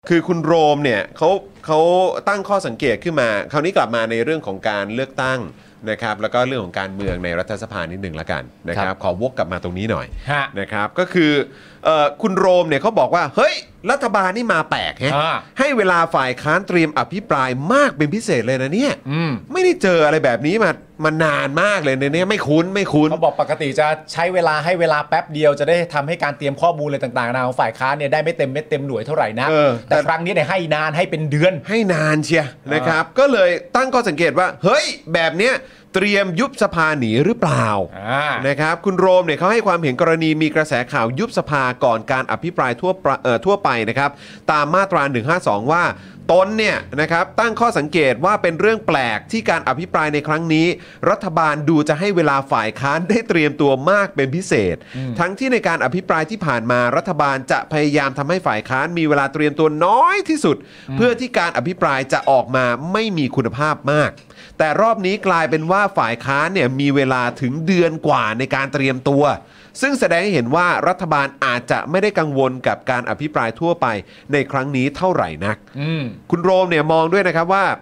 คือคุณโรมเนี่ยเขาตั้งข้อสังเกตขึ้นมาคราวนี้กลับมาในเรื่องของการเลือกตั้งนะครับแล้วก็เรื่องของการเมืองในรัฐสภานิดหนึ่งละกันนะครับขอวกกลับมาตรงนี้หน่อยนะครับก็คือคุณโรมเนี่ยเขาบอกว่าเฮ้ยรัฐบาลนี่มาแปลกฮะให้เวลาฝ่ายค้านเตรียมอภิปรายมากเป็นพิเศษเลยนะเนี่ยไม่ได้เจออะไรแบบนี้มานานมากเลยเนี่ยไม่คุ้นเขาบอกปกติจะใช้เวลาให้เวลาแป๊บเดียวจะได้ทำให้การเตรียมข้อมูลอะไรต่างๆของฝ่ายค้านเนี่ยได้ไม่เต็มเม็ดเต็มหน่วยเท่าไหร่นะแต่ครั้งนี้เนี่ยให้นานให้เป็นเดือนให้นานเชียนะครับก็เลยตั้งข้อสังเกตว่าเฮ้ยแบบเนี้ยเตรียมยุบสภาหนีหรือเปล่านะครับคุณโรมเนี่ยเขาให้ความเห็นกรณีมีกระแสข่าวยุบสภาก่อนการอภิปรายทั่วไปนะครับตามมาตรา152ว่าตนเนี่ยนะครับตั้งข้อสังเกตว่าเป็นเรื่องแปลกที่การอภิปรายในครั้งนี้รัฐบาลดูจะให้เวลาฝ่ายค้านได้เตรียมตัวมากเป็นพิเศษทั้งที่ในการอภิปรายที่ผ่านมารัฐบาลจะพยายามทำให้ฝ่ายค้านมีเวลาเตรียมตัวน้อยที่สุดเพื่อที่การอภิปรายจะออกมาไม่มีคุณภาพมากแต่รอบนี้กลายเป็นว่าฝ่ายค้านเนี่ยมีเวลาถึงเดือนกว่าในการเตรียมตัวซึ่งแสดงให้เห็นว่ารัฐบาลอาจจะไม่ได้กังวลกับการอภิปรายทั่วไปในครั้งนี้เท่าไหร่นักคุณโรมเนี่ยมองด้วยนะครับว่า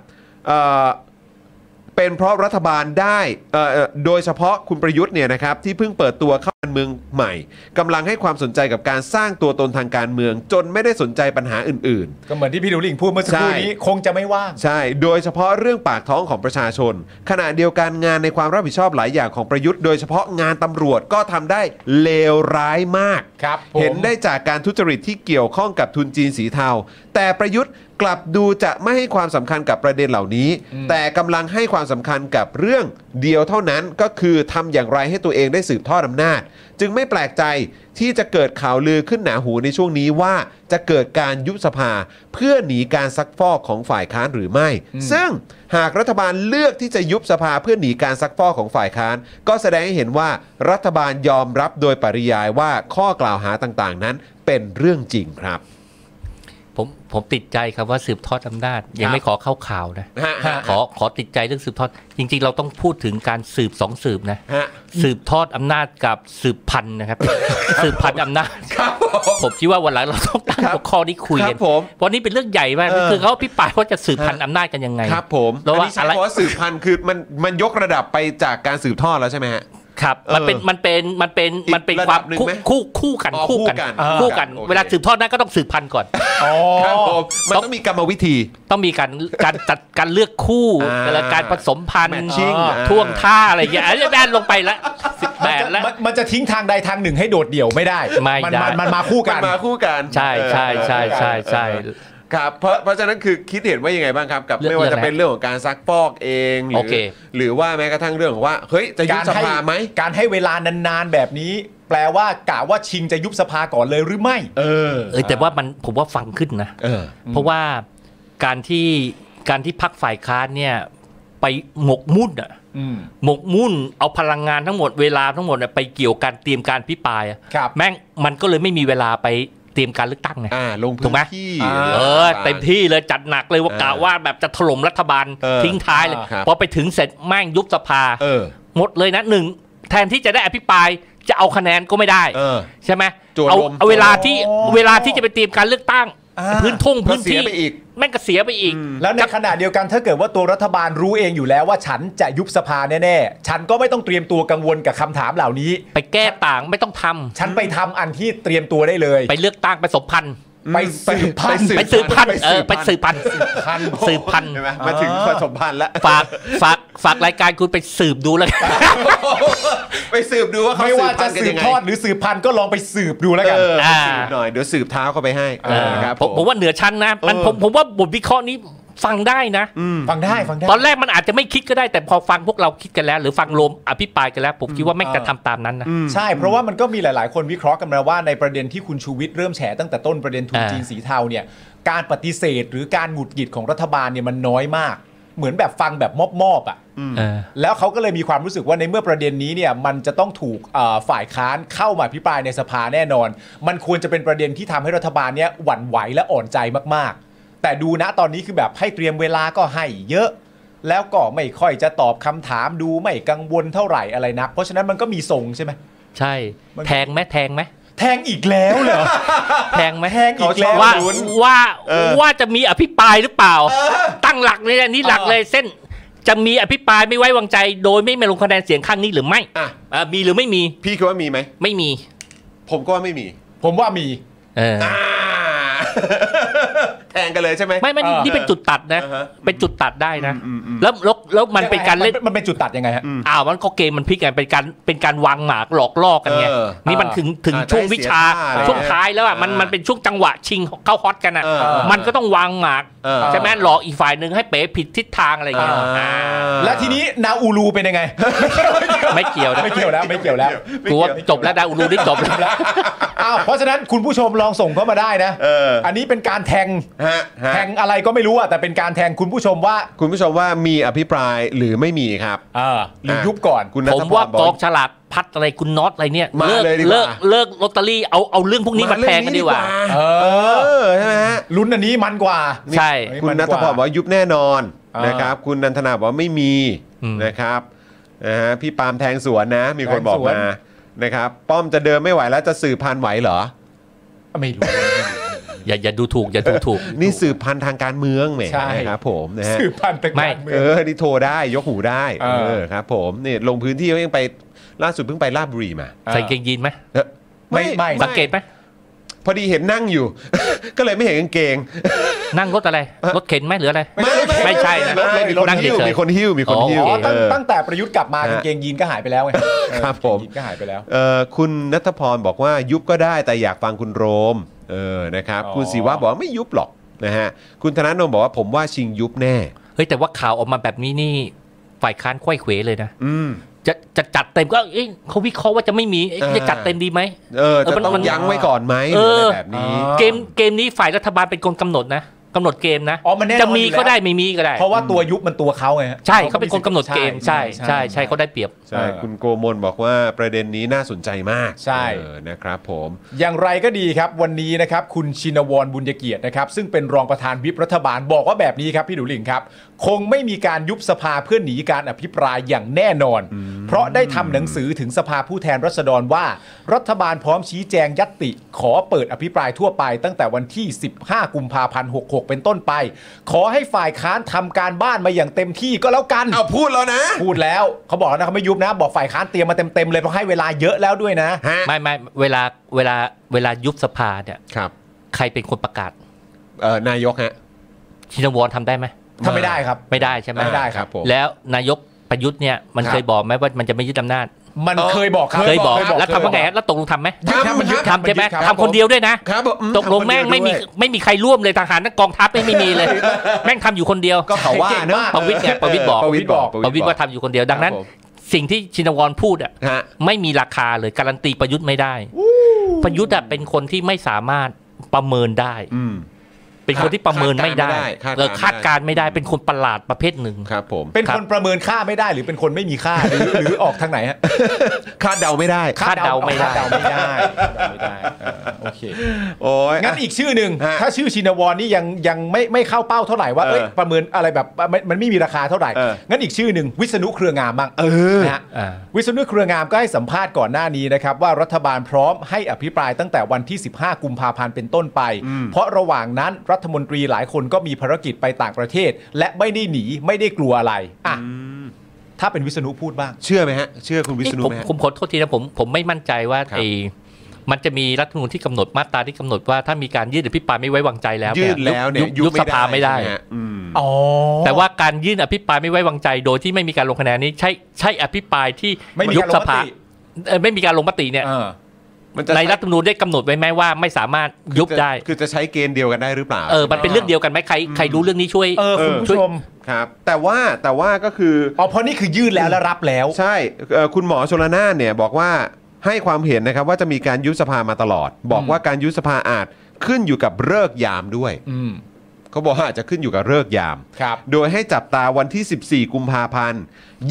เป็นเพราะรัฐบาลได้โดยเฉพาะคุณประยุทธ์เนี่ยนะครับที่เพิ่งเปิดตัวเข้าการเมืองใหม่กำลังให้ความสนใจกับการสร้างตัวตนทางการเมืองจนไม่ได้สนใจปัญหาอื่นๆก็เหมือนที่พี่ดูลิงพูดเมื่อสักครู่นี้คงจะไม่ว่างใช่โดยเฉพาะเรื่องปากท้องของประชาชนขณะเดียวกันงานในความรับผิดชอบหลายอย่างของประยุทธ์โดยเฉพาะงานตำรวจก็ทำได้เลวร้ายมากเห็นได้จากการทุจริตที่เกี่ยวข้องกับทุนจีนสีเทาแต่ประยุทธ์กลับดูจะไม่ให้ความสำคัญกับประเด็นเหล่านี้แต่กำลังให้ความสำคัญกับเรื่องเดียวเท่านั้นก็คือทำอย่างไรให้ตัวเองได้สืบทอดอำนาจจึงไม่แปลกใจที่จะเกิดข่าวลือขึ้นหนาหูในช่วงนี้ว่าจะเกิดการยุบสภาเพื่อหนีการซักฟอกของฝ่ายค้านหรือไม่ซึ่งหากรัฐบาลเลือกที่จะยุบสภาเพื่อหนีการซักฟอกของฝ่ายค้านก็แสดงให้เห็นว่ารัฐบาลยอมรับโดยปริยายว่าข้อกล่าวหาต่างๆนั้นเป็นเรื่องจริงครับผมติดใจครับว่าสืบทอดอำนาจยังไม่ขอเข้าข่าวนะขอติดใจเรื่องสืบทอดจริงๆเราต้องพูดถึงการสืบ2สืบนะสืบทอดอำนาจกับสืบพันธุ์นะครับสืบพันธุ์อำนาจผมคิดว่าวันหลังเราต้องตั้งหัวข้อนี้คุยกันเพราะนี้เป็นเรื่องใหญ่มากคือเขาพิปรายว่าจะสืบพันธุ์อำนาจกันยังไงครับผมแล้วว่าอะไรว่าสืบพันธุ์คือมันยกระดับไปจากการสืบทอดแล้วใช่ไหมฮะครับมันเป็นความคู่กันเวลาสืบทอดนั้นก็ต้องสืบพันธุ์ก่อนครับผมมันต้องมีกรรมวิธีต้องมีการจัดการเลือกคู่การผสมพันธุ์ท่วงท่าอะไรอย่างเงี้ยแบนลงไปแล้ว18แล้วมันจะทิ้งทางใดทางหนึ่งให้โดดเดี่ยวไม่ได้มันมาคู่กันใช่ครับเพราะฉะนั้นคือคิดเห็นว่ายังไงบ้างครับกับไม่ว่าจะเป็นเรื่องของการซักฟอกเองหรือว่าแม้กระทั่งเรื่องของว่าเฮ้ยจะยุบสภาไหมการให้เวลานานๆแบบนี้แปลว่ากะว่าชิงจะยุบสภาก่อนเลยหรือไม่แต่ว่าผมว่าฟังขึ้นนะเพราะว่าการที่พรรคฝ่ายค้านเนี่ยไปหมกมุ่นเอาพลังงานทั้งหมดเวลาทั้งหมดไปเกี่ยวกันเตรียมการพิปรายแม่งมันก็เลยไม่มีเวลาไปเตรียมการเลือกตั้งไงถูกไหมเต็มที่เลยจัดหนักเลยว่ากะว่าแบบจะถล่มรัฐบาลทิ้งท้ายเลยพอไปถึงเสร็จแม่งยุบสภาหมดเลยนะหนึ่งแทนที่จะได้อภิปรายจะเอาคะแนนก็ไม่ได้ใช่ไหมเอาเวลาที่จะไปเตรียมการเลือกตั้งพื้นที่แม่งก็เสียไปอีกแล้วในขณะเดียวกันถ้าเกิดว่าตัวรัฐบาลรู้เองอยู่แล้วว่าฉันจะยุบสภาแน่ๆฉันก็ไม่ต้องเตรียมตัวกังวลกับคำถามเหล่านี้ไปแก้ต่างไม่ต้องทำฉันไปทำอันที่เตรียมตัวได้เลยไปเลือกตั้งไปสมพันธ์ไปสืบพันธุ์มาถึงผสมพันธุ์แล้วฝากรายการคุณไปสืบดูแล้วไปสืบดูว่าเขาไม่ว่าจะสืบทอดหรือสืบพันธุ์ก็ลองไปสืบดูแล้วกันสืบหน่อยเดี๋ยวสืบเท้าเข้าไปให้ครับผมว่าเหนือชั้นนะผมว่าบทวิเคราะห์นี้ฟังได้นะฟังได้ตอนแรกมันอาจจะไม่คิดก็ได้แต่พอฟังพวกเราคิดกันแล้วหรือฟังโรมอภิปรายกันแล้วผมคิดว่าไม่กระทำตามนั้นนะใช่เพราะว่ามันก็มีหลายๆคนวิเคราะห์กันมาว่าในประเด็นที่คุณชูวิทย์เริ่มแฉตั้งแต่ต้นประเด็นทุนจีนสีเทาเนี่ยการปฏิเสธหรือการหงุดหงิดของรัฐบาลเนี่ยมันน้อยมากเหมือนแบบฟังแบบมอบๆอ่ะแล้วเขาก็เลยมีความรู้สึกว่าในเมื่อประเด็นนี้เนี่ยมันจะต้องถูกฝ่ายค้านเข้ามาอภิปรายในสภาแน่นอนมันควรจะเป็นประเด็นที่ทำให้รัฐบาลเนี่ยหวั่นไหวและอ่อนใจมากๆแต่ดูนะตอนนี้คือแบบให้เตรียมเวลาก็ให้เยอะแล้วก็ไม่ค่อยจะตอบคำถามดูไม่กังวลเท่าไหร่อะไรนักเพราะฉะนั้นมันก็มีทรงใช่ไหมใช่แทงไหมแทงอีกแล้วเหรอแทงไหมแทงอีกแล้วว่าจะมีอภิปรายหรือเปล่าตั้งหลักเลยนี่หลักเลยเส้นจะมีอภิปรายไม่ไว้วางใจโดยไม่มาลงคะแนนเสียงข้างนี้หรือไม่มีหรือไม่มีพี่คิดว่ามีไหมไม่มีผมก็ว่าไม่มีผมว่ามีแทงกันเลยใช่ไหมไม่นี่เป็นจุดตัดนะเป็นจุดตัดได้นะแล้วมันเป็นการเล่นมันเป็นจุดตัดยังไงฮะมันก็เกมมันพลิกไงเป็นการวางหมากหลอกล่อกันไงนี่มันถึงช่วงวิชาช่วงท้ายแล้วมันเป็นช่วงจังหวะชิงเข้าฮอตกันมันก็ต้องวางหมากใช่ไหมหลอกอีกฝ่ายหนึ่งให้เป๋ผิดทิศทางอะไรอย่างเงี้ยและทีนี้นาอูรูเป็นยังไงไม่เกี่ยวแล้วกูว่าจบแล้วนาอูรูได้จบแล้วเพราะฉะนั้นคุณผู้ชมลองส่งเข้ามาได้นะอันนี้เป็นการแทงอะไรก็ไม่รู้แต่เป็นการแทงคุณผู้ชมว่ามีอภิปรายหรือไม่มีครับหรือยุบก่อนผมว่ากองฉลากพัดอะไรคุณน็อตอะไรเนี่ยเลิกลอตเตอรี่เอาเรื่องพวกนี้มาแทงกันดีกว่าใช่ไหมฮะลุ้นอันนี้มันกว่าใช่คุณณัฐพรบอกว่ายุบแน่นอนนะครับคุณนันทนาบอกว่าไม่มีนะครับพี่ปาล์มแทงสวนนะมีคนบอกมานะครับป้อมจะเดินไม่ไหวแล้วจะสืบพันธุ์ไหวเหรอไม่รู้อย่าดูถูกนี่สืบพันธุ์ทางการเมืองแหมครับผมนะฮะสืบพันธุ์ทางการเมืองนี่โทรได้ยกหูได้ครับผมนี่ลงพื้นที่ยังไปล่าสุดเพิ่งไปลาดบุรีมาใส่เกงยีนไหมไม่สังเกตไหมพอดีเห็นนั่งอยู่ก็เลยไม่เห็นกางเกงนั่งรถอะไรรถเข็นไหมหรืออะไรไม่ใช่นะนั่งเฉยมีคนหิ้วตั้งแต่ประยุทธ์กลับมากางเกงยีนก็หายไปแล้วไงครับผมก็หายไปแล้วคุณณัฐพรบอกว่ายุบก็ได้แต่อยากฟังคุณโรมนะครับคุณศิวะบอกว่าไม่ยุบหรอกนะฮะคุณธนาโนบอกว่าผมว่าชิงยุบแน่เฮ้ยแต่ว่าข่าวออกมาแบบนี้นี่ฝ่ายค้านควยเขวเลยนะจะจัดเต็มก็เขาวิเคราะห์ว่าจะไม่มีจะจัดเต็มดีไหมจะต้องยั้งไว้ก่อนไหมหรืออะไรแบบนี้เกมนี้ฝ่ายรัฐบาลเป็นคนกำหนดนะกำหนดเกมนะจะมีก็ได้ไม่มีก็ได้เพราะว่าตัวยุบมันตัวเขาไงใช่เขาเป็นคนกำหนดเกมใช่เขาได้เปรียบใช่คุณโกมลบอกว่าประเด็นนี้น่าสนใจมากใช่นะครับผมอย่างไรก็ดีครับวันนี้นะครับคุณชินวรบุญเกียรตินะครับซึ่งเป็นรองประธานวิปรัฐบาลบอกว่าแบบนี้ครับพี่ดุลิงครับคงไม่มีการยุบสภาเพื่อหนีการอภิปรายอย่างแน่นอนเพราะได้ทำหนังสือถึงสภาผู้แทนราษฎรว่ารัฐบาลพร้อมชี้แจงญัตติขอเปิดอภิปรายทั่วไปตั้งแต่วันที่15กุมภาพันธ์66เป็นต้นไปขอให้ฝ่ายค้านทำการบ้านมาอย่างเต็มที่ก็แล้วกันพูดแล้วนะพูดแล้วเขาบอกนะเขาไม่ยุบนะบอกฝ่ายค้านเตรียมมาเต็มเลยเพราะให้เวลาเยอะแล้วด้วยนะไม่เวลายุบสภาเนี่ยใครเป็นคนประกาศนายกฮะชินวรทำได้ไหมทำไม่ได้ครับไม่ได้ใช่ไหมไม่ได้ครับแล้วนายกประยุทธ์เนี่ยมันเคยบอกไหมว่ามันจะไม่ยึดอำนาจมันเคยบอกแล้วทำว่าไงแล้วตกลงทำไหมทำใช่ไหมทำคนเดียวด้วยนะตกลงแม่งไม่มีใครร่วมเลยทหารทั้งกองทัพไม่มีเลยแม่งทำอยู่คนเดียวก็เขาว่าเนอะประวิตรเนี่ยประวิตรว่าทำอยู่คนเดียวดังนั้นสิ่งที่ชินวรพูดไม่มีราคาเลยการันตีประยุทธ์ไม่ได้ประยุทธ์เป็นคนที่ไม่สามารถประเมินได้เป็นคนที่ประเมินไม่ได้คาดการไม่ได้เป็นคนประหลาดประเภทหนึ่งครับผมเป็นคนประเมินค่าไม่ได้หรือเป็นคนไม่มีค่าหรือออกทางไหนฮะคาดเดาไม่ได้คาดเดาไม่ได้โอเคโอ้ยงั้นอีกชื่อหนึ่งถ้าชื่อชินวรนี่ยังไม่เข้าเป้าเท่าไหร่ว่าประเมินอะไรแบบมันไม่มีราคาเท่าไหร่งั้นอีกชื่อหนึ่งวิษณุเครืองามบ้างนะฮะวิษณุเครืองามก็ให้สัมภาษณ์ก่อนหน้านี้นะครับว่ารัฐบาลพร้อมให้อภิปรายตั้งแต่วันที่15กุมภาพันธ์เป็นต้นไปเพราะระหว่างนั้นรัฐมนตรีหลายคนก็มีภารกิจไปต่างประเทศและไม่ได้หนีไม่ได้กลัวอะไรถ้าเป็นวิษณุพูดบ้างเชื่อไหมฮะเชื่อคุณวิษณุไหมผมขอโทษทีนะผมไม่มั่นใจว่ามันจะมีรัฐธรรมนูญที่กำหนดมาตราที่กำหนดว่าถ้ามีการยื่นอภิปรายไม่ไว้วางใจแล้วยุบสภาไม่ได้แต่ว่าการยื่นอภิปรายไม่ไว้วางใจโดยที่ไม่มีการลงคะแนนนี้ใช่อภิปรายที่ยุบสภาไม่มีการลงมติเนี่ยในรัฐธรรมนูญได้กำหนดไว้ไหมว่าไม่สามารถยุบได้คือจะใช้เกณฑ์เดียวกันได้หรือเปล่ามันเป็นเรื่องเดียวกันไหมใครรู้เรื่องนี้ช่วยคุณผู้ชมครับแต่ว่าก็คือเพราะนี่คือยื่นแล้วและรับแล้วใช่คุณหมอชลน่านเนี่ยบอกว่าให้ความเห็นนะครับว่าจะมีการยุบสภามาตลอดบอกว่าการยุบสภาอาจขึ้นอยู่กับฤกษ์ยามด้วยเขาบอกว่าอาจจะขึ้นอยู่กับฤกษ์ยามโดยให้จับตาวันที่14กุมภาพันธ์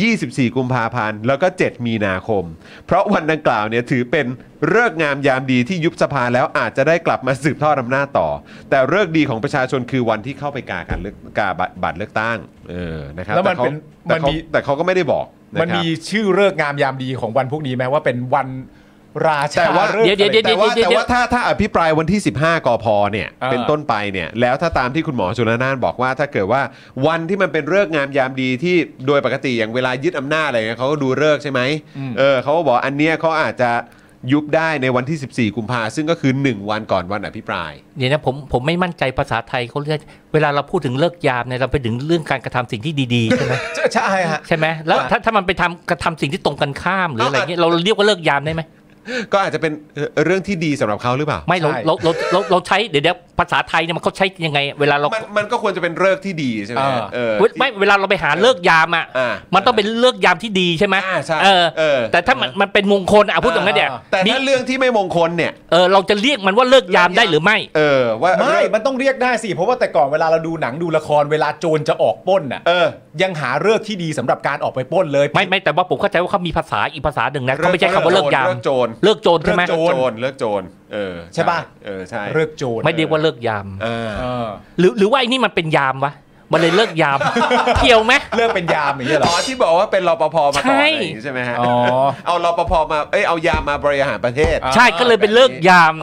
24กุมภาพันธ์แล้วก็7มีนาคมเพราะวันดังกล่าวเนี่ยถือเป็นฤกษ์งามยามดีที่ยุบสภาแล้วอาจจะได้กลับมาสืบทอดอำนาจต่อแต่ฤกษ์ดีของประชาชนคือวันที่เข้าไปกาบัตรเลือกตั้งนะครับแต่เขาก็ไม่ได้บอกมันมีชื่อฤกษ์งามยามดีของวันพวกนี้ไหมว่าเป็นราชาแต่ว่าเดี๋ยวแต่ว่าถ้าอภิปรายวันที่15กพเนี่ยเป็นต้นไปเนี่ยแล้วถ้าตามที่คุณหมอชลน่านบอกว่าถ้าเกิดว่าวันที่มันเป็นฤกษ์งามยามดีที่โดยปกติอย่างเวลายึดอำนาจอะไรเงี้ยเขาก็ดูฤกษ์ใช่ไหมเขาก็บอกอันเนี้ยเขาอาจจะยุบได้ในวันที่14กุมภาพันธ์ซึ่งก็คือ1วันก่อนวันอภิปรายเดี๋ยวนะผมไม่มั่นใจภาษาไทยเขาเรียกเวลาเราพูดถึงเลิกยามเนี่ยเราไปถึงเรื่องการกระทำสิ่งที่ดีๆใช่ไหมใช่ฮะใช่ไหมแล้วถ้ามันไปกระทำสิ่งที่ตรงกันข้ามหรืออะไรเงี้ยเราเรียกว่าเลิกยามได้ไหมก็อาจจะเป็นเรื่องที่ดีสำหรับเขาหรือเปล่าไม่เราใช้เดี๋ยวภาษาไทยเนี่ยมันเขาใช้ยังไงเวลาเรามันก็ควรจะเป็นเลิกที่ดีใช่ไหมไม่เวลาเราไปหาเลิกยามอ่ะมันต้องเป็นเลิกยามที่ดีใช่ไหมแต่ถ้ามันเป็นมงคลพูดตรงนั้นเนี่ยแต่ถ้าเรื่องที่ไม่มงคลเนี่ยเราจะเรียกมันว่าเลิกยามได้หรือไม่ว่าไม่มันต้องเรียกได้สิเพราะว่าแต่ก่อนเวลาเราดูหนังดูละครเวลาโจรจะออกปล้นน่ะยังหาเลิกที่ดีสำหรับการออกไปปล้นเลยไม่แต่ว่าผมเข้าใจว่าเขามีภาษาอีกภาษาหนึ่งนะเขาไม่ใช่คำว่าเลิกยามเลิกโจรใช่ไหมเลิกโจรใช่ป่ะใช่เลิกโจรไม่เรียกว่าเลิกยามหรือว่าไอ้นี่มันเป็นยามวะมันเลยเลิกยามเกี่ยวไหมเลิกเป็นยามอย่างเงี้ยหรอที่บอกว่าเป็นรปภมาก่อนใช่ไหมฮะเอารปภมาเอายามมาบริหารประเทศใช่ก็เลยเป็นเลิกยาม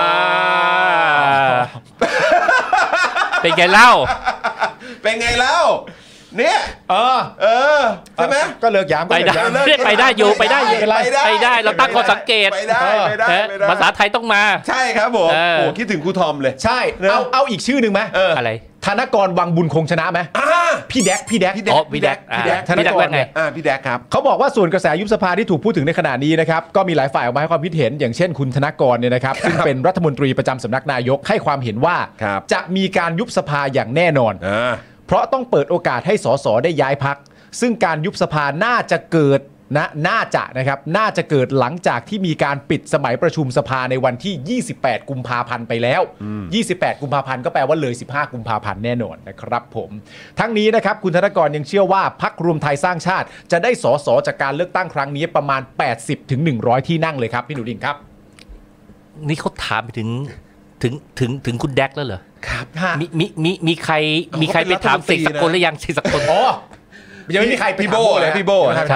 เป็นไงเล่าเนี่ยใช่ไหมก็เลิกยามไปได้อยู่ไปได้เราตั้งข้อสังเกตไปได้ภาษาไทยต้องมาใช่ครับผมโอ้คิดถึงครูทอมเลยใช่เอาอีกชื่อหนึ่งไหมอะไรธนกรวังบุญคงชนะไหมพี่แดกพี่แดกธนกรเนี่ยพี่แดกครับเขาบอกว่าส่วนกระแสยุบสภาที่ถูกพูดถึงในขณะนี้นะครับก็มีหลายฝ่ายออกมาให้ความคิดเห็นอย่างเช่นคุณธนกรเนี่ยนะครับซึ่งเป็นรัฐมนตรีประจำสำนักนายกให้ความเห็นว่าจะมีการยุบสภาอย่างแน่นอนเพราะต้องเปิดโอกาสให้สสได้ย้ายพรรคซึ่งการยุบสภาน่าจะเกิดน่าจะเกิดหลังจากที่มีการปิดสมัยประชุมสภาในวันที่28กุมภาพันธ์ไปแล้ว28กุมภาพันธ์ก็แปลว่าเลย15กุมภาพันธ์แน่นอนนะครับผมทั้งนี้นะครับคุณธนกรยังเชื่อว่าพรรครวมไทยสร้างชาติจะได้สสจากการเลือกตั้งครั้งนี้ประมาณ80ถึง100ที่นั่งเลยครับพี่หนูดิงครับนี่เขาถามไปถึงคุณแดกแล้วเหรอครับมีใครไปถามเสกสกลหรือยังเสกสกลยังไม่มีใครพี่โบเลยพี่โบ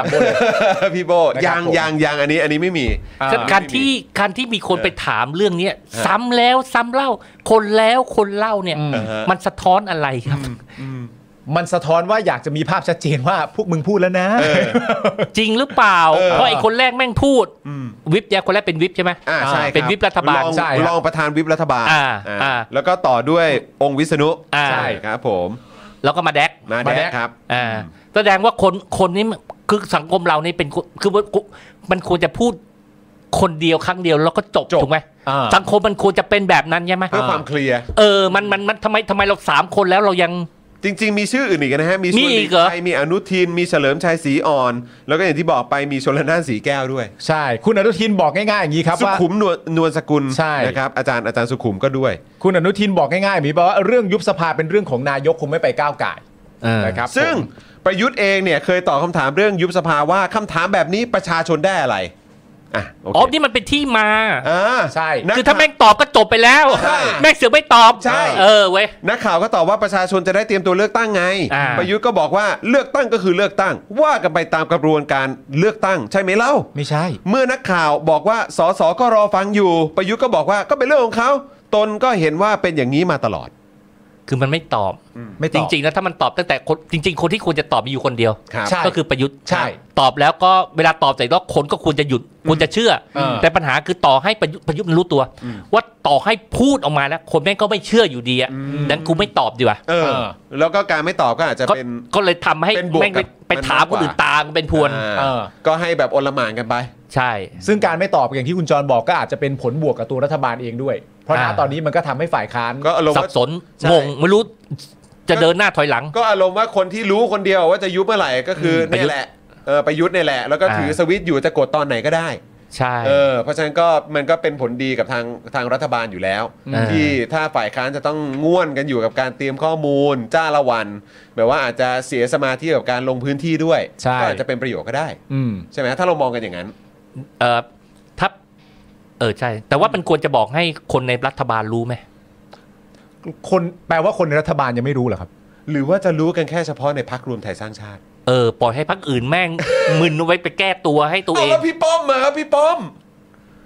ยังอันนี้ไม่มีการที่มีคนไปถามเรื่องนี้ซ้ำแล้วซ้ำเล่าคนแล้วคนเล่าเนี่ยมันสะท้อนอะไรครับมันสะท้อนว่าอยากจะมีภาพชัดเจนว่าพวกมึงพูดแล้วนะจริงหรือเปล่าเพราะไอ้คนแรกแม่งพูดวิปคนแรกเป็นวิปใช่ไหมใช่เป็นวิปรัฐบาลรองประธานวิปรัฐบาลแล้วก็ต่อด้วยองค์วิษณุใช่ครับผมแล้วก็มาแดกครับแสดงว่าคนนี้คือสังคมเรานี่เป็นคือมันควรจะพูดคนเดียวครั้งเดียวแล้วก็จบถูกไหมสังคมมันควรจะเป็นแบบนั้นใช่ไหมเพื่อความเคลียร์มันทำไมเรา3คนแล้วเรายังจริงๆมีชื่ออื่นอีกนะฮะมีชวนหลีกภัยมีอนุทินมีเฉลิมชัยศรีอ่อนแล้วก็อย่างที่บอกไปมีชลน่านสีแก้วด้วยใช่คุณอนุทินบอกง่ายๆอย่างนี้ครับว่าสุขุมนวลสกุลนะครับอาจารย์สุขุมก็ด้วยคุณอนุทินบอกง่ายๆมีบอกว่าเรื่องยุบสภาเป็นเรื่องของนายกคงไม่ไปก้าวก่ายนะครับซึ่งประยุทธ์เองเนี่ยเคยตอบคำถามเรื่องยุบสภาว่าคำถามแบบนี้ประชาชนได้อะไรนี่มันเป็นที่มาใช่คือถ้าแม่งตอบก็จบไปแล้วแม่งเสือไม่ตอบใช่เว้ยนักข่าวก็ตอบว่าประชาชนจะได้เตรียมตัวเลือกตั้งไงประยุทธ์ก็บอกว่าเลือกตั้งก็คือเลือกตั้งว่ากันไปตามกระบวนการเลือกตั้งใช่ไหมเล่าไม่ใช่เมื่อนักข่าวบอกว่าสสก็รอฟังอยู่ประยุทธ์ก็บอกว่าก็เป็นเรื่องของเขาตนก็เห็นว่าเป็นอย่างนี้มาตลอดคือมันไม่ตอบจริงๆแล้วถ้ามันตอบตั้งแต่จริงๆคนที่ควรจะตอบมีอยู่คนเดียวก็คือประยุทธ์ใช่ตอบแล้วก็เวลาตอบเสร็จแล้วคนก็ควรจะหยุดควรจะเชื่อแต่ปัญหาคือต่อให้ประยุทธ์มันรู้ตัวว่าต่อให้พูดออกมาแล้วคนแม่งก็ไม่เชื่ออยู่ดีอ่ะนั้นกูไม่ตอบดีกว่าแล้วก็การไม่ตอบก็อาจจะเป็นก็เลยทำให้แม่งไปถามคนอื่นตามเป็นพวนก็ให้แบบโอลหม่านกันไปใช่ซึ่งการไม่ตอบอย่างที่คุณจรบอกก็อาจจะเป็นผลบวกกับตัวรัฐบาลเองด้วยเพราะณตอนนี้มันก็ทำให้ฝ่ายค้านก็สับสนงงไม่รู้จะเดินหน้าถอยหลังก็อารมณ์ว่าคนที่รู้คนเดียวว่าจะยุบเมื่อไหร่ก็คือนี่แหละประยุทธ์นี่แหละแล้วก็ถือสวิตช์อยู่จะกดตอนไหนก็ได้ใช่เพราะฉะนั้นก็มันก็เป็นผลดีกับทางรัฐบาลอยู่แล้วที่ถ้าฝ่ายค้านจะต้องง่วนกันอยู่กับการเตรียมข้อมูลจ้าละวันแบบว่าอาจจะเสียสมาธิกับการลงพื้นที่ด้วยก็อาจจะเป็นประโยชน์ก็ได้ใช่ไหมถ้าเรามองกันอย่างนั้นถ้าใช่แต่ว่ามันควรจะบอกให้คนในรัฐบาลรู้ไหมคนแปลว่าคนในรัฐบาลยังไม่รู้เหรอครับหรือว่าจะรู้กันแค่เฉพาะในพรรครวมไทยสร้างชาติปล่อยให้พรรคอื่นแม่งมึนไว้ไปแก้ตัวให้ตัวเองแล้วพี่ป้อมมาครับพี่ป้อม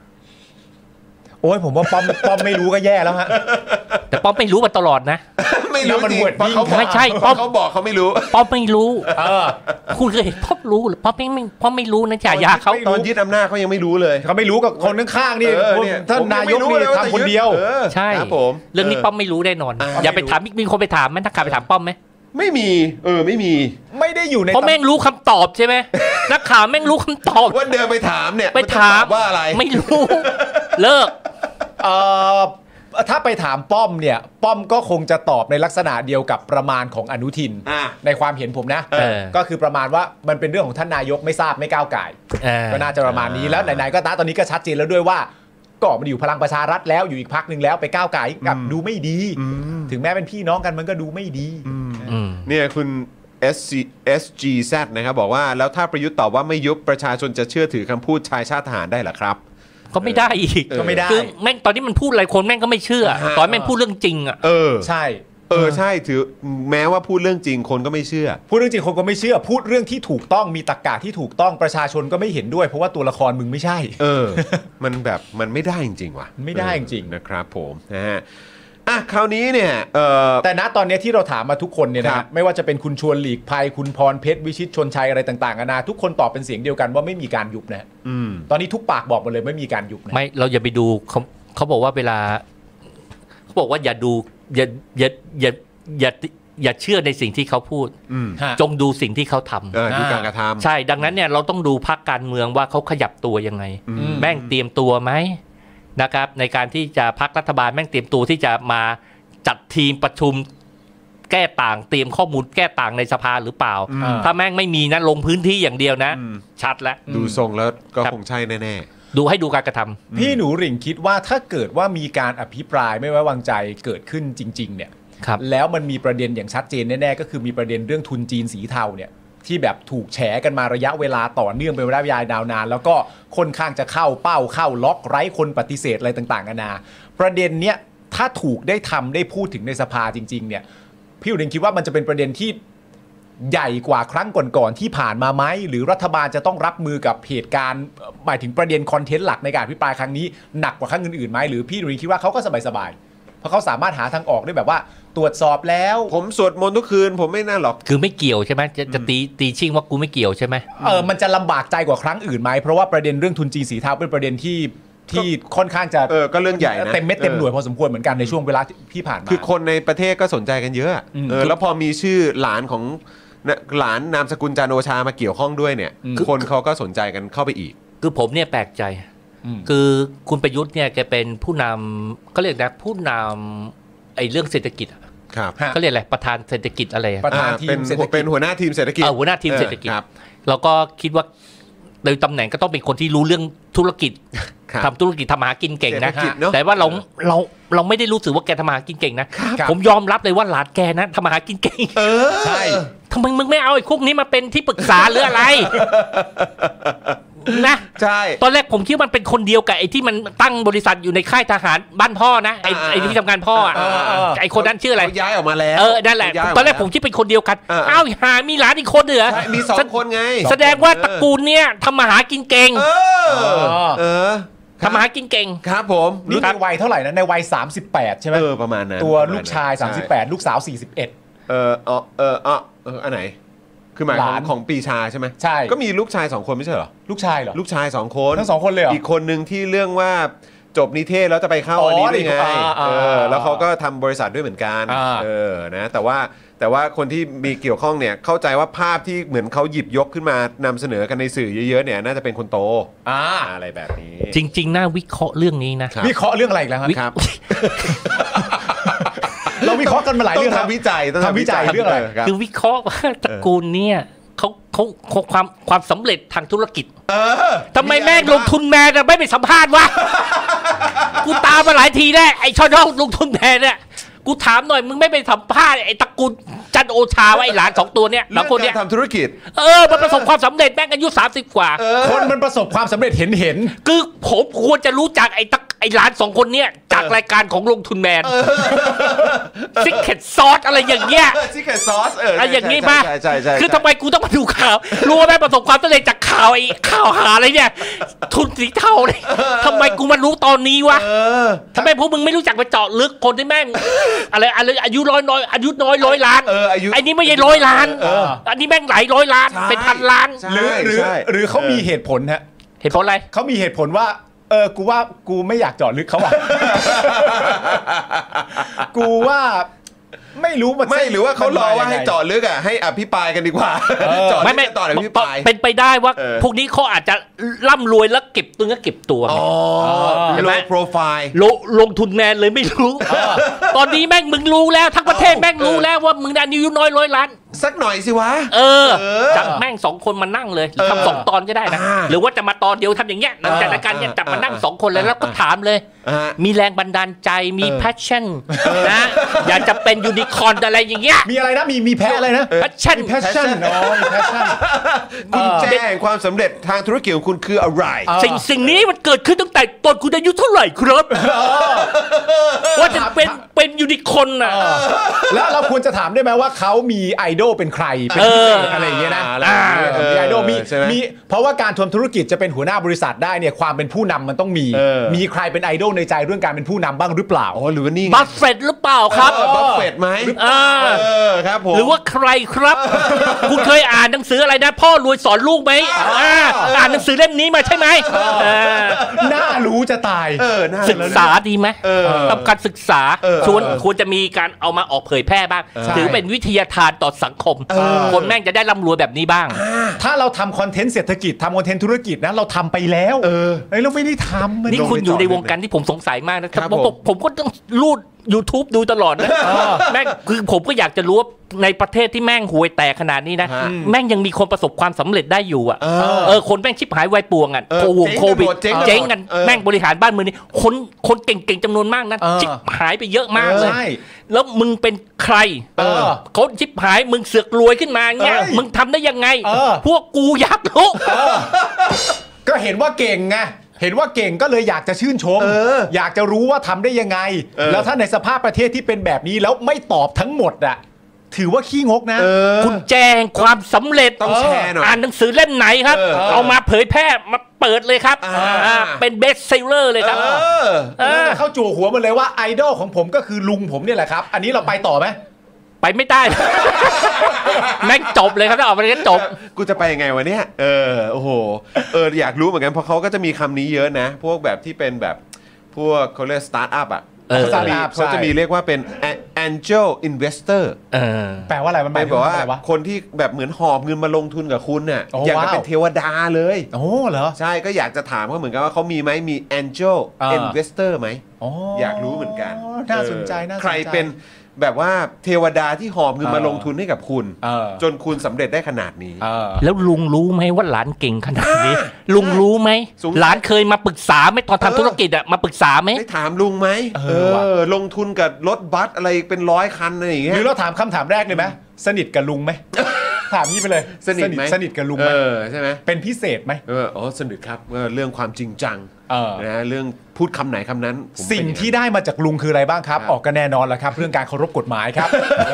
โอ้ยผมว่าป้อมไม่รู้ก็แย่แล้วฮะแต่ป้อมไม่รู้มาตลอดนะไม่รู้จริงเพราะเขาบอกใช่ป้อมเขาบอกเขาไม่รู้ป้อมไม่รู้คุณเคยเห็นป้อมรู้หรือป้อมไม่รู้นะจ่ายาเขาตอนยึดอำนาจเขายังไม่รู้เลยเขาไม่รู้กับคนข้างๆนี่ท่านนายกนี่ทำคนเดียวใช่เรื่องนี้ป้อมไม่รู้แน่นอนอย่าไปถามมีคนไปถามไหมนักข่าวไปถามป้อมไหมไม่มีไม่ได้อยู่ในเพราะแม่งรู้คำตอบใช่ไหมนักข่าวแม่งรู้คำตอบว่าเดินไปถามเนี่ยไปถามว่าอะไรไม่รู้เลิกถ้าไปถามป้อมเนี่ยป้อมก็คงจะตอบในลักษณะเดียวกับประมาณของอนุทินในความเห็นผมนะก็คือประมาณว่ามันเป็นเรื่องของท่านนายกไม่ทราบไม่ก้าวไก่ก็น่าจะประมาณนี้แล้วไหนๆก็ตอนนี้ก็ชัดเจนแล้วด้วยว่าก็มันอยู่พลังประชารัฐแล้วอยู่อีกพรรคนึงแล้วไปก้าวไก่กับดูไม่ดีถึงแม้เป็นพี่น้องกันมันก็ดูไม่ดีเนี่ยคุณ SGZ นะครับบอกว่าแล้วถ้าประยุทธ์ตอบว่าไม่ยุบประชาชนจะเชื่อถือคำพูดชายชาติทหารได้หรอครับก็ไม่ได้อีกก็ไม่ได้คือแม่งตอนนี้มันพูดอะไรคนแม่งก็ไม่เชื่อตอนแม่งพูดเรื่องจริงอ่ะใช่ใช่ถือแม้ว่าพูดเรื่องจริงคนก็ไม่เชื่อพูดเรื่องจริงคนก็ไม่เชื่อพูดเรื่องที่ถูกต้องมีตรรกะที่ถูกต้องประชาชนก็ไม่เห็นด้วยเพราะว่าตัวละครมึงไม่ใช่มันแบบมันไม่ได้จริงๆว่ะไม่ได้จริงนะครับผมนะฮะคราวนี้เนี่ยแต่ณตอนนี้ที่เราถามมาทุกคนเนี่ยนะไม่ว่าจะเป็นคุณชวนหลีกภัยคุณพรเพชรวิชิตชนชัยอะไรต่างๆนะทุกคนตอบเป็นเสียงเดียวกันว่าไม่มีการยุบนะตอนนี้ทุกปากบอกมาเลยไม่มีการยุบนะไม่เราอย่าไปดูเขาบอกว่าเวลาเขาบอกว่าอย่าดูอย่าเชื่อในสิ่งที่เขาพูดจงดูสิ่งที่เขาทำดูการกระทำใช่ดังนั้นเนี่ยเราต้องดูพรรคการเมืองว่าเขาขยับตัวยังไงแม่งเตรียมตัวไหมนะครับในการที่จะพรรครัฐบาลแม่งเตรียมตัวที่จะมาจัดทีมประชุมแก้ต่างเตรียมข้อมูลแก้ต่างในสภาหรือเปล่าถ้าแม่งไม่มีนะลงพื้นที่อย่างเดียวนะชัดแล้วดูทรงแล้วก็คงใช่แน่ๆดูให้ดูการกระทำพี่หนูหริ่งคิดว่าถ้าเกิดว่ามีการอภิปรายไม่ไว้วางใจเกิดขึ้นจริงๆเนี่ยแล้วมันมีประเด็นอย่างชัดเจนแน่ๆก็คือมีประเด็นเรื่องทุนจีนสีเทาเนี่ยที่แบบถูกแฉกันมาระยะเวลาต่อเนื่องเป็นระยะยาวนานแล้วก็ค่อนข้างจะเข้าเป้าเข้าล็อกไร้คนปฏิเสธอะไรต่างๆนานาประเด็นเนี้ยถ้าถูกได้ทำได้พูดถึงในสภาจริงๆเนี่ยพี่อุดมคิดว่ามันจะเป็นประเด็นที่ใหญ่กว่าครั้งก่อนๆที่ผ่านมาไหมหรือรัฐบาลจะต้องรับมือกับเหตุการณ์หมายถึงประเด็นคอนเทนต์หลักในการอภิปรายครั้งนี้หนักกว่าครั้งอื่นๆไหมหรือพี่อุดมคิดว่าเขาก็สบายๆเพราะเขาสามารถหาทางออกได้แบบว่าตรวจสอบแล้วผมสวดมนต์ทุกคืนผมไม่น่าหรอกคือไม่เกี่ยวใช่ไหมจะตีชิงว่ากูไม่เกี่ยวใช่ไหมมันจะลำบากใจกว่าครั้งอื่นไหมเพราะว่าประเด็นเรื่องทุนจีนสีเทาเป็นประเด็นที่ค่อนข้างจะก็เรื่องใหญ่นะเต็มเม็ดเต็มหน่วยพอสมควรเหมือนกันในช่วงเวลาที่ผ่านมาคือคนในประเทศก็สนใจกันเยอะแล้วพอมีชื่อหลานของหลานนามสกุลจันทร์โอชามาเกี่ยวข้องด้วยเนี่ยคนเขาก็สนใจกันเข้าไปอีกคือผมเนี่ยแปลกใจคือคุณประยุทธ์เนี่ยแกเป็นผู้นำเขาเรียกนะผู้นำไอ้เรื่องเศรษฐกิจเขาเรียกอะไรประธานเศรษฐกิจอะไรประธานทีมเป็นหัวหน้าทีมเศรษฐกิจหัวหน้าทีมเศรษฐกิจแล้วก็คิดว่าโดยตำแหน่งก็ต้องเป็นคนที่รู้เรื่องธุรกิจทำธุรกิจทำหากินเก่งนะแต่ว่าเราไม่ได้รู้สึกว่าแกทำหากินเก่งนะผมยอมรับเลยว่าหลานแกนะทำหากินเก่งใช่ทำไมมึงไม่เอาไอ้คุกนี้มาเป็นที่ปรึกษาหรืออะไรนะใช่ตอนแรกผมคิดว่ามันเป็นคนเดียวกับไอ้ที่มันตั้งบริษัทอยู่ในค่ายทหารบ้านพ่อนะไอ้ที่ทำงานพ่อไอ้คนนั้นชื่ออะไรย้ายออกมาแล้วนั่นแหละตอนแรกผมคิดเป็นคนเดียวกันอ้าวหามีหลานอีกคนเหรอมี2คนไงแสดงว่าตระกูลเนี้ยทำมาหากินเก่งทำมาหากินเก่งครับผมนี่ในวัยเท่าไหร่นะในวัย38ใช่ไหมประมาณนั้นตัวลูกชาย38ลูกสาว41 อันไหนคือหมายของปีชาใช่ไหมใช่ก็มีลูกชาย2คนไม่ใช่เหรอลูกชายเหรอลูกชาย2คนทั้ง2คนเลยเหรออีกคนนึงที่เรื่องว่าจบนิเทศแล้วจะไปเข้าอันนี้ได้ไงแล้วเขาก็ทำบริษัทด้วยเหมือนกันนะแต่ว่าคนที่มีเกี่ยวข้องเนี่ยเข้าใจว่าภาพที่เหมือนเขาหยิบยกขึ้นมานำเสนอกันในสื่อเยอะๆเนี่ยน่าจะเป็นคนโตอะไรแบบนี้จริงๆน่าวิเคราะห์เรื่องนี้นะวิเคราะห์เรื่องอะไรอีกแล้วครับเราวิเคราะห์กันมาหลายเรื่องทำวิจัยทำวิจัยเรื่องอะไรคือวิเคราะห์ว่าตระกูลเนี่ยเขาความสำเร็จทางธุรกิจทำไมแม่งลงทุนแม่ไม่ไปสัมภาษณ์วะกูตามมาหลายทีแล้วไอ้ช่อลงทุนแม่เนี่ยกูถามหน่อยมึงไม่ไปสัมภาษณ์ไอ้ตระกูลจันโอชาว่าไอ้หลาน2ตัวเนี้ยแล้วคนเนี้ยทำธุรกิจมันประสบความสำเร็จแม่งอายุ30กว่าคนมันประสบความสำเร็จเห็นคือผมควรจะรู้จักไอ้หลาน2คนเนี้ยจากรายการของลงทุนแมนซิกเก็ตซอสอะไรอย่างเงี้ยซิกเก็ตซอสอะไรอย่างงี้ป่ะใช่คือทำไมกูต้องมาดูข่าวรู้ว่าแม่ประสบความสำเร็จจากข่าวไอ้ข่าวหาอะไรเนี่ยทุนสีเทาเลยทำไมกูมารู้ตอนนี้วะทำไมพวกมึงไม่รู้จักไปเจาะลึกคนที่แม่งอะไรอายุน้อยอายุน้อย100 ล้านไอ้นี่ไม่ใช่100 ล้านอันนี้แม่งหลาย100 ล้านเป็นพันล้านหรือเขามีเหตุผลฮะเหตุผลอะไรเขามีเหตุผลว่ากูว่ากูไม่อยากเจาะลึกเขาอ่ะ กูว่าไม่รู้มันไม่หรือว่าเขารอว่าให้เจาะลึกอ่ะให้อภิปรายกันดีกว่าเจาะไม่ต่ออภิปรายเป็นไปได้ว่าพวกนี้เขาอาจจะร่ำรวยแล้วเก็บตัวเห็นไหมโปรไฟล์ลงทุนแมนเลยไม่รู้ตอนนี้แม่งมึงรู้แล้วทั้งประเทศแม่งรู้แล้วว่ามึงอายุน้อย100 ล้านสักหน่อยสิวะจับแม่ง2 คนมานั่งเลยทำ2 ตอนก็ได้นะหรือว่าจะมาตอนเดียวทำอย่างเงี้ยหลังจากรายการเนี่ยจับมานั่ง2 คนเลยแล้วก็ถามเลยมีแรงบันดาลใจมี passion นะอยากจะเป็นยูนิคอร์นอะไรอย่างเงี้ยมีอะไรนะมีแพ้อะไรนะ passion มี passion คุณแจ้งความสำเร็จทางธุรกิจของคุณคืออะไรสิ่งนี้มันเกิดขึ้นตั้งแต่ตอนคุณอายุเท่าไหร่ครับว่าจะเป็นยูนิคอร์นน่ะแล้วเราควรจะถามได้ไหมว่าเขามีไอดอลเป็นใครเป็นพิเศษอะไรอย่างเงี้ยนะมีไอดอลมีเพราะว่าการทำธุรกิจจะเป็นหัวหน้าบริษัทได้เนี่ยความเป็นผู้นำมันต้องมีใครเป็นไอดอลในใจเรื่องการเป็นผู้นำบ้างหรือเปล่าหรือว่านี่บัฟเฟตต์หรือเปล่าครับบัฟเฟตต์ไหมครับผมหรือว่าใครครับคุณเคยอ่านหนังสืออะไรนะพ่อรวยสอนลูกไหมอ่านหนังสือเล่มนี้มาใช่ไหมน่ารู้จะตายศึกษาดีไหมต้องการศึกษาควรจะมีการเอามาออกเผยแพร่บ้างถือเป็นวิทยาทานต่อสังคมคนแม่งจะได้ร่ำรวยแบบนี้บ้างถ้าเราทำคอนเทนต์เศรษฐกิจทำคอนเทนต์ธุรกิจนะเราทำไปแล้วเราไม่ได้ทำนี่คุณอยู่ในวงการที่ผมสงสัยมากนะครับผมก็ต้องรูด YouTube ดูตลอดนะแม่งคือผมก็อยากจะรู้ว่าในประเทศที่แม่งห่วยแตกขนาดนี้นะแม่งยังมีคนประสบความสำเร็จได้อยู่อ่ะคนแม่งชิบหายวายป่วงอ่ะโควิดเจ๊งกันแม่งบริหารบ้านเมืองนี่คนเก่งๆจำนวนมากนะชิบหายไปเยอะมากเลยแล้วมึงเป็นใครเขาชิบหายมึงเสือกรวยขึ้นมาเนี่ยมึงทำได้ยังไงพวกกูอยากรู้ก็เห็นว่าเก่งไงเห็นว่าเก่งก็เลยอยากจะชื่นชมอยากจะรู้ว่าทำได้ยังไงแล้วถ้าในสภาพประเทศที่เป็นแบบนี้แล้วไม่ตอบทั้งหมดอะถือว่าขี้งกนะคุณแจ้งความสำเร็จต้องแชร์หน่อยอ่านหนังสือเล่มไหนครับเอามาเผยแพร่มาเปิดเลยครับเป็นเบสเซลเลอร์เลยครับเข้าจู่หัวมันเลยว่าไอดอลของผมก็คือลุงผมเนี่ยแหละครับอันนี้เราไปต่อไหมไปไม่ได้แม่งจบเลยครับถ้าออกมาก็จบกูจะไปยังไงวะเนี่ยโอ้โหอยากรู้เหมือนกันเพราะเขาก็จะมีคำนี้เยอะนะพวกแบบที่เป็นแบบพวกเขาเรียกสตาร์ทอัพอ่ะเขาจะมีเรียกว่าเป็น angel investor แปลว่าอะไรมันหมายถึงว่าคนที่แบบเหมือนหอบเงินมาลงทุนกับคุณน่ะอยากจะเป็นเทวดาเลยโอ้เหรอใช่ก็อยากจะถามเขาเหมือนกันว่าเขามีไหมมี angel investor ไหมอยากรู้เหมือนกันน่าสนใจใครเป็นแบบว่าเทวดาที่หอบเงินมาลงทุนให้กับคุณจนคุณสำเร็จได้ขนาดนี้แล้วลุงรู้ไหมว่าหลานเก่งขนาดนี้ลุงรู้ไหมหลานเคยมาปรึกษาไหมตอนทำธุรกิจอะมาปรึกษาไหมได้ถามลุงไหมลงทุนกับรถบัสอะไรเป็น100 คันอะไรอย่างเงี้ยหรือเราถามคำถามแรกเลยไหมสนิทกับลุงไหมถามนี้ไปเลยสนิทกับลุงไหมใช่ไหมเป็นพิเศษไหมสนิทครับเรื่องความจริงจังนะเรื่องพูดคำไหนคำนั้นสิ่งที่ได้มาจากลุงคืออะไรบ้างครับออกก็แน่นอนแหละครับเรื่องการเคารพกฎหมายครับ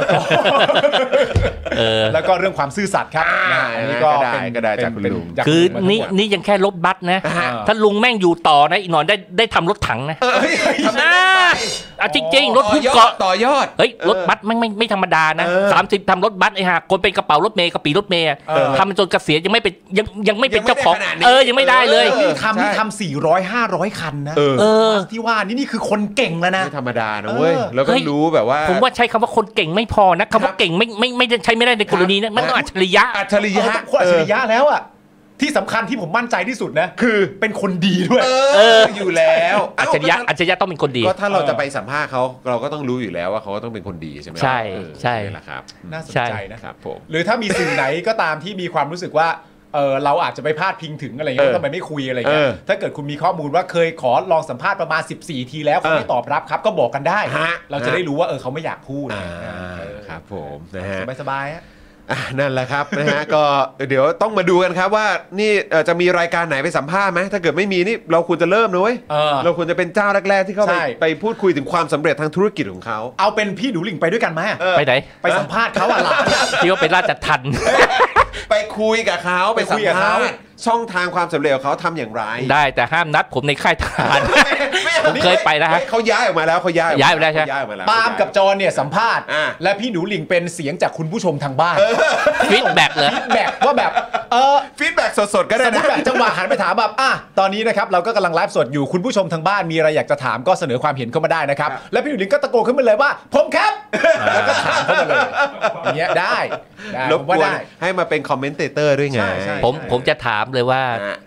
แล้วก็เรื่องความซื่อสัตย์ครับนี่ก็ได้จากคุณลุงคือนี่ยังแค่รถบัสนะถ้าลุงแม่งอยู่ต่อนะอีกหน่อยได้ทำรถถังนะจริงๆรถพุ่งเกาะต่อยอดเฮ้ยรถบัสไม่ธรรมดานะ30ทำรถบัสไอ้ห่าคนเป็นกระเป๋ารถเมย์กระปีรถเมย์ทำจนเกษียณยังไม่เป็นเจ้าของยังไม่ได้เลยนี่ทำ400-500 คันนะที่ว่านี่คือคนเก่งแล้วนะไม่ธรรมดานะเว้ยแล้วก็รู้แบบว่าผมว่าใช้คำว่าคนเก่งไม่พอนะคำว่าเก่งไม่ใช้ไม่ได้ในกรณีนั้นมันต้องอัจฉริยะต้องอัจฉริยะแล้วอ่ะที่สำคัญที่ผมมั่นใจที่สุดนะคือเป็นคนดีด้วยอยู่แล้วอัจฉริยะต้องเป็นคนดีก็ถ้าเราจะไปสัมภาษณ์เขาเราก็ต้องรู้อยู่แล้วว่าเขาต้องเป็นคนดีใช่ไหมใช่แหละครับน่าสนใจนะครับผมหรือถ้ามีสื่อไหนก็ตามที่มีความรู้สึกว่าเราอาจจะไปพาดพิงถึงอะไรเงี้ยทำไมไม่คุยอะไรเงี้ยถ้าเกิดคุณมีข้อมูลว่าเคยขอลองสัมภาษณ์ประมาณ14 ทีแล้วเขาไม่ตอบรับครับก็บอกกันได้เราจะได้รู้ว่าเขาไม่อยากพูดครับผมนะฮะสบายๆนั่นแหละครับ นะฮะก็เดี๋ยวต้องมาดูกันครับว่านี่จะมีรายการไหนไปสัมภาษณ์ไหมถ้าเกิดไม่มีนี่เราควรจะเริ่มนะเว้ยเราควรจะเป็นเจ้าแรกๆที่เข้าไปพูดคุยถึงความสำเร็จทางธุรกิจของเขาเอาเป็นพี่หนูหลิงไปด้วยกันไหมไปไหนไปสัมภาษณ์เขาอะไรที่ว่าเป็นราชทัณฑ์ไปคุยกับเขาไปสัมภาษณ์ช่องทางความสำเร็จของเขาทำอย่างไรได้แต่ห้ามนัดผมในค่ายทหารผมเคยไปนะฮะเขาย้ายออกมาแล้วเขาย้ายไปแล้วใช่ปาล์มกับจอนเนี่ยสัมภาษณ์และพี่หนูหลิงเป็นเสียงจากคุณผู้ชมทางบ้านฟีดแบ็กเลยฟีดแบ็กว่าแบบฟีดแบ็กสดๆก็ได้นะแบบจังหวะหันไปถามแบบตอนนี้นะครับเราก็กำลังไลฟ์สดอยู่คุณผู้ชมทางบ้านมีอะไรอยากจะถามก็เสนอความเห็นเข้ามาได้นะครับและพี่หนูหลิงก็ตะโกนขึ้นมาเลยว่าผมครับแล้วก็ถามเข้ามาเลยอย่างเงี้ยได้รบกวนให้มาเป็นคอมเมนเตเตอร์ด้วยไงผมจะถามเลยว่า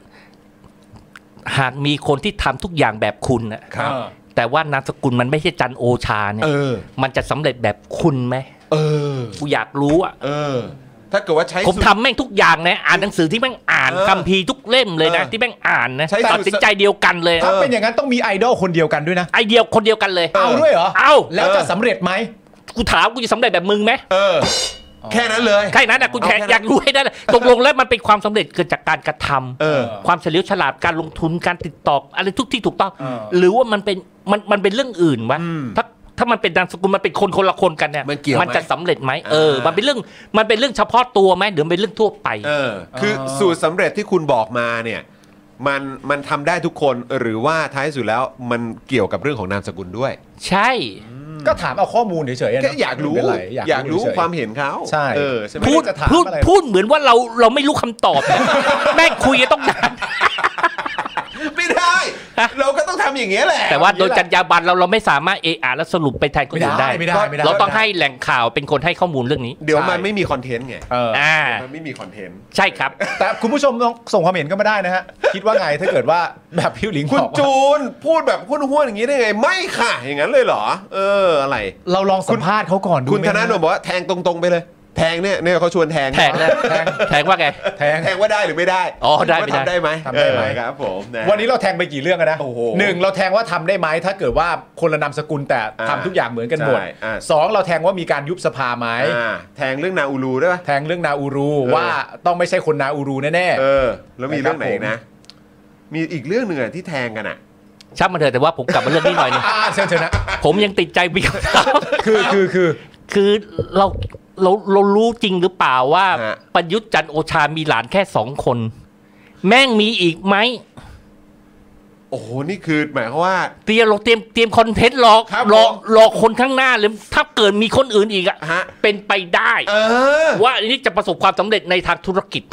หากมีคนที่ทำทุกอย่างแบบคุณนะครับแต่ว่านามสกุลมันไม่ใช่จันโอชาเนี่ยมันจะสำเร็จแบบคุณไหมกูอยากรู้ถ้าเกิดว่าใช้ผมทำแม่งทุกอย่างนะอ่านหนังสือที่แม่งอ่านคัมภีร์ทุกเล่มเลยนะที่แม่งอ่านนะตัดสินใจเดียวกันเลยถ้าเป็นอย่างนั้นต้องมีไอดอลคนเดียวกันด้วยนะไอเดียวคนเดียวกันเลยเอาด้วยเหรอเอาแล้วจะสำเร็จไหมกูถามกูจะสำเร็จแบบมึงไหมแค่นั้นเลยแค่นั้นนะคุณอยากรู้ให้ได้ตกลงแล้วมันเป็นความสำเร็จเกิดจากการกระทำความเฉลียวฉลาดการลงทุนการติดต่ออะไรทุกที่ถูกต้องหรือว่ามันเป็นเรื่องอื่นวะถ้ามันเป็นนามสกุลมันเป็นคนละคนกันเนี่ยมันจะสำเร็จไหมมันเป็นเรื่องเฉพาะตัวไหมหรือเป็นเรื่องทั่วไปคือสูตรสำเร็จที่คุณบอกมาเนี่ยมันทำได้ทุกคนหรือว่าท้ายสุดแล้วมันเกี่ยวกับเรื่องของนามสกุลด้วยใช่ก็ถามเอาข้อมูลเฉยๆแค่อยากรู้ความเห็นเขาใช่พูดเหมือนว่าเราไม่รู้คำตอบแม่งคุยต้องนานไม่ได้เราก็ต้องทำอย่างเงี้ยแหละแต่ว่าโดยจรรยาบรรณเราไม่สามารถแล้วสรุปไปแทนคนอื่นได้เราต้องให้แหล่งข่าวเป็นคนให้ข้อมูลเรื่องนี้เดี๋ยวมันไม่มีคอนเทนต์ไงมันไม่มีคอนเทนต์ใช่ครับแต่คุณผู้ชมต้องส่งความเห็นก็มาได้นะฮะคิดว่าไงถ้าเกิดว่าแบบพี่หลิงคุณจูนพูดแบบห้วนๆอย่างนี้ได้ไงไม่ค่ะอย่างนั้นเลยเหรออะไรเราลองสัมภาษณ์เขาก่อนดูคุณธนาโนบอกว่าแทงตรงๆไปเลยแทงเนี่ยเขาชวนแทงว่าไงแทงว่าได้หรือไม่ได้ได้ไม่ได้ไหมทำได้ไหมครับผมวันนี้เราแทงไปกี่เรื่องกันนะหนึ่งเราแทงว่าทำได้ไหมถ้าเกิดว่าคนละนามสกุลแต่ทำทุกอย่างเหมือนกันหมดสองเราแทงว่ามีการยุบสภาไหมแทงเรื่องนาอูรูด้วยแทงเรื่องนาอูรูว่าต้องไม่ใช่คนนาอูรูแน่ๆแล้วมีเรื่องไหนนะมีอีกเรื่องหนึ่งที่แทงกันอ่ะช่างมันเถอะแต่ว่าผมกลับมาเรื่องนี้หน่อยนึงเชิญนะผมยังติดใจมีคำถามคือเรารู้จริงหรือเปล่าว่าประยุทธ์จันทร์โอชามีหลานแค่2 คนแม่งมีอีกไหมโอ้โหนี่คือหมายความว่าเตรียมคอนเทนต์หลอกคนข้างหน้าเลยถ้าเกิดมีคนอื่นอีกเป็นไปได้ว่าอันนี้จะประสบความสำเร็จในทางธุรกิจ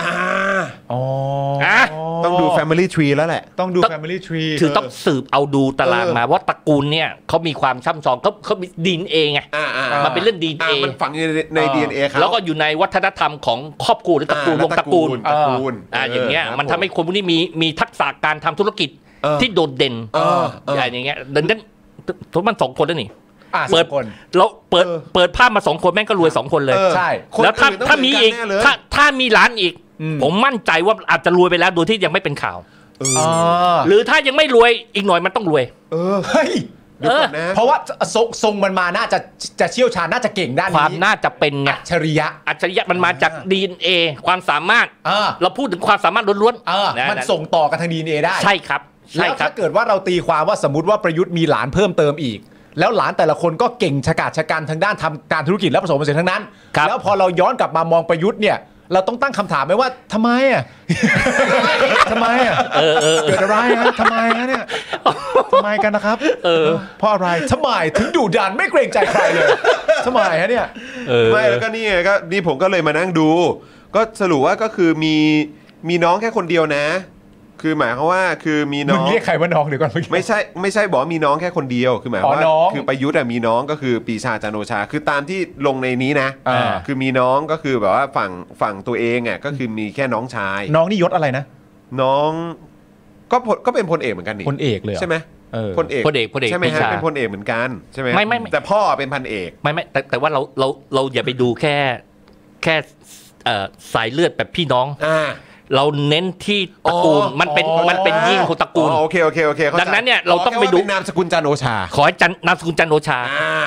ต้องดู Family Tree แล้วแหละต้องดู Family Tree คือต้องสืบเอาดูตารางมาว่าตระกูลเนี่ยเขามีความช่ำชองเขามีDNAไงมันเป็นเรื่อง DNA มันฝังใน DNA เขาแล้วก็อยู่ในวัฒนธรรมของครอบครัวหรือตระกูลวงตระกูลอย่างเงี้ยมันทำให้คนพวกนี้มีทักษะการทำธุรกิจที่โดดเด่นอย่างเงี้ยดังนั้นทุกมัน2 คนแล้วนี่เปิดภาพมา2 คนแม่งก็รวย2 คนเลยใช่แล้วถ้ามีอีกถ้ามีล้านอีกผมมั่นใจว่าอาจจะรวยไปแล้วโดยที่ยังไม่เป็นข่าวหรือถ้ายังไม่รวยอีกหน่อยมันต้องรวยเฮ้ยเพราะว่าทรงมันมาน่าจะเชี่ยวชาญน่าจะเก่งด้านนี้ความน่าจะเป็นไงอัจฉริยะมันมาจาก DNA ความสามารถเราพูดถึงความสามารถล้วนๆมันส่งต่อกันทาง DNA ได้ใช่ครับแล้วถ้าเกิดว่าเราตีความว่าสมมติว่าประยุทธ์มีหลานเพิ่มเติมอีกแล้วหลานแต่ละคนก็เก่งฉกาจฉกันทางด้านทำการธุรกิจและประสบความสำเร็จทั้งนั้นแล้วพอเราย้อนกลับมามองประยุทธ์เนี่ยเราต้องตั้งคำถามไหมว่าทำไมเกิดอะไรฮะทำไมฮะเนี่ยทำไมกันนะครับเพราะอะไรทำไมถึงดุดันไม่เกรงใจใครเลยทำไมฮะเนี่ยไม่แล้วก็นี่ผมก็เลยมานั่งดูก็สรุปว่าก็คือมีน้องแค่คนเดียวนะคือหมายความว่าคือมีน้องมึงเรียกใครว่าน้องเดี๋ยวก่อนไม่ใช่บอกมีน้องแค่คนเดียวคือหมายว่าคือประยุทธ์มีน้องก็คือปรีชาจันทร์โอชาคือตามที่ลงในนี้นะคือมีน้องก็คือแบบว่าฝั่งตัวเองอ่ะก็คือมีแค่น้องชายน้องนี่ยศอะไรนะน้องก็เป็นพลเอกเหมือนกันนี่พลเอกเลยใช่ไหมพลเอกใช่ไหมฮะเป็นพลเอกเหมือนกันใช่ไหมไม่แต่พ่อเป็นพันเอกไม่แต่ว่าเราอย่าไปดูแค่สายเลือดแบบพี่น้องเราเน้นที่ตระกูลมันเป็นยิ่งของตระกูลโอเคดังนั้นเนี่ยเราต้องไปดูนามสกุลจันทร์โอชาขอให้นามสกุลจันทร์โอชา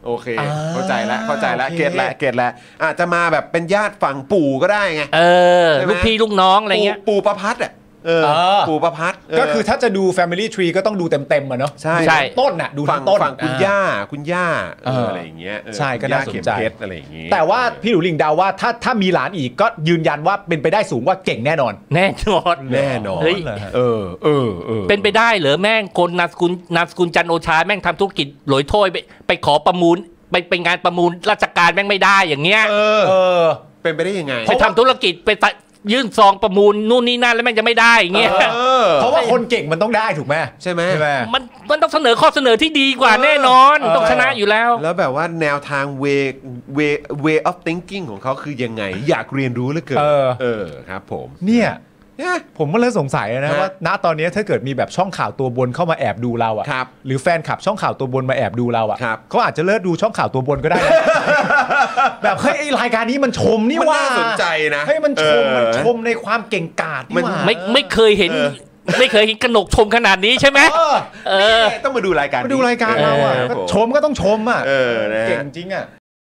โอเคเข้าใจแล้วเก็ตแล้วอาจจะมาแบบเป็นญาติฝั่งปู่ก็ได้ไงลูกพี่ลูกน้องอะไรเงี้ยปู่ประพัดอ่ะปู่ประพัดก็คือถ้าจะดู Family Tree ก็ต้องดูเต็มๆอ่ะเนาะใช่ต้นน่ะดูทั้งต้นฝั่งคุณย่าอะไรอย่างเงี้ยใช่ก็น่าสนใจอะไรอย่างงี้แต่ว่าพี่หนูลิงเดาว่าถ้ามีหลานอีกก็ยืนยันว่าเป็นไปได้สูงว่าเก่งแน่นอนเฮ้ยเป็นไปได้เหรอแม่งคนนามสกุลจันโอชาแม่งทำธุรกิจหลอยถ้วยไปขอประมูลไปงานประมูลราชการแม่งไม่ได้อย่างเงี้ยเป็นไปได้ยังไงไปทำธุรกิจไปยื่นซองประมูลนู่นนี่นั่นแล้วแม่งจะไม่ได้อย่างเงี้ยเพราะว่าคนเก่งมันต้องได้ถูกไหมใช่ไหมมันต้องเสนอข้อเสนอที่ดีกว่าแน่นอนต้องชนะอยู่แล้วแล้วแบบว่าแนวทาง way of thinking ของเขาคือยังไงอยากเรียนรู้เหลือเกินครับผมเนี่ยผมก็เลยสงสัยนะว่าณตอนนี้ถ้าเกิดมีแบบช่องข่าวตัวบนเข้ามาแอบดูเราอ่ะหรือแฟนคลับช่องข่าวตัวบนมาแอบดูเราอ่ะเขาอาจจะเลิกดูช่องข่าวตัวบนก็ได้แบบเฮ้ยรายการนี้มันชมนี่ว่าน่าสนใจนะให้มันชมในความเก่งกาจนี่ว่าไม่เคยเห็นกนกชมขนาดนี้ใช่ไหมต้องมาดูรายการเราอ่ะชมก็ต้องชมอ่ะเก่งจริงอ่ะ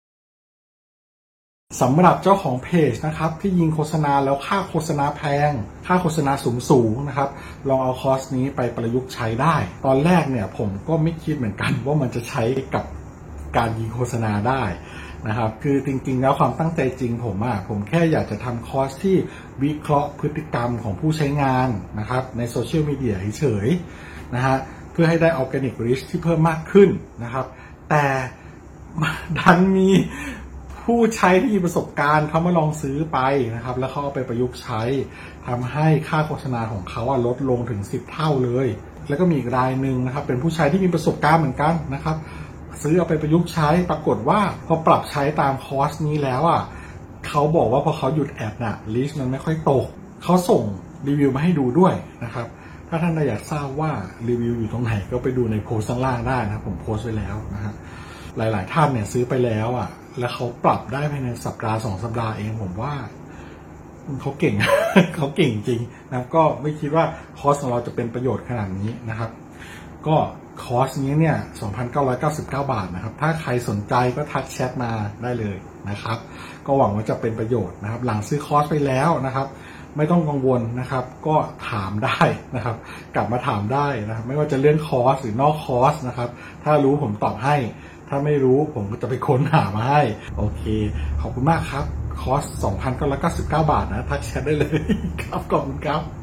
สำหรับเจ้าของเพจนะครับที่ยิงโฆษณาแล้วค่าโฆษณาแพงค่าโฆษณาสูงนะครับลองเอาคอร์สนี้ไปประยุกต์ใช้ได้ตอนแรกเนี่ยผมก็ไม่คิดเหมือนกันว่ามันจะใช้กับการยิงโฆษณาได้นะครับคือจริงๆแล้วความตั้งใจจริงผมแค่อยากจะทำคอร์สที่วิเคราะห์พฤติกรรมของผู้ใช้งานนะครับในโซเชียลมีเดียเฉยๆนะฮะเพื่อให้ได้ออร์แกนิกรีชที่เพิ่มมากขึ้นนะครับแต่ดันมีผู้ใช้ที่มีประสบการณ์เขามาลองซื้อไปนะครับแล้วเขาเอาไปประยุกต์ใช้ทำให้ค่าโฆษณาของเขาลดลงถึง10 เท่าเลยแล้วก็มีอีกรายหนึ่งนะครับเป็นผู้ใช้ที่มีประสบการณ์เหมือนกันนะครับซื้อเอาไปประยุกต์ใช้ปรากฏว่าพอปรับใช้ตามคอร์สนี้แล้วเขาบอกว่าพอเขาหยุดแอดลิสต์มันไม่ค่อยตกเขาส่งรีวิวมาให้ดูด้วยนะครับถ้าท่านอยากทราบว่ารีวิวอยู่ตรงไหนก็ไปดูในโพสต์ข้างล่างได้นะผมโพสต์ไว้แล้วนะฮะหลายๆท่านเนี่ยซื้อไปแล้วแล้วเขาปรับได้ภายในสัปดาห์2 สัปดาห์เองผมว่าเขาเก่ง เขาเก่งจริงนะก็ไม่คิดว่าคอร์สของเราจะเป็นประโยชน์ขนาดนี้นะครับก็คอร์สนี้เนี่ย 2,999 บาทนะครับถ้าใครสนใจก็ทักแชทมาได้เลยนะครับก็หวังว่าจะเป็นประโยชน์นะครับหลังซื้อคอร์สไปแล้วนะครับไม่ต้องกังวลนะครับก็ถามได้นะครับกลับมาถามได้นะครับไม่ว่าจะเรื่องคอร์สหรือนอกคอร์สนะครับถ้ารู้ผมตอบให้ถ้าไม่รู้ผมก็จะไปค้นหามาให้โอเคขอบคุณมากครับคอร์ส 2,999 บาทนะทักแชทได้เลยครับขอบคุณครับ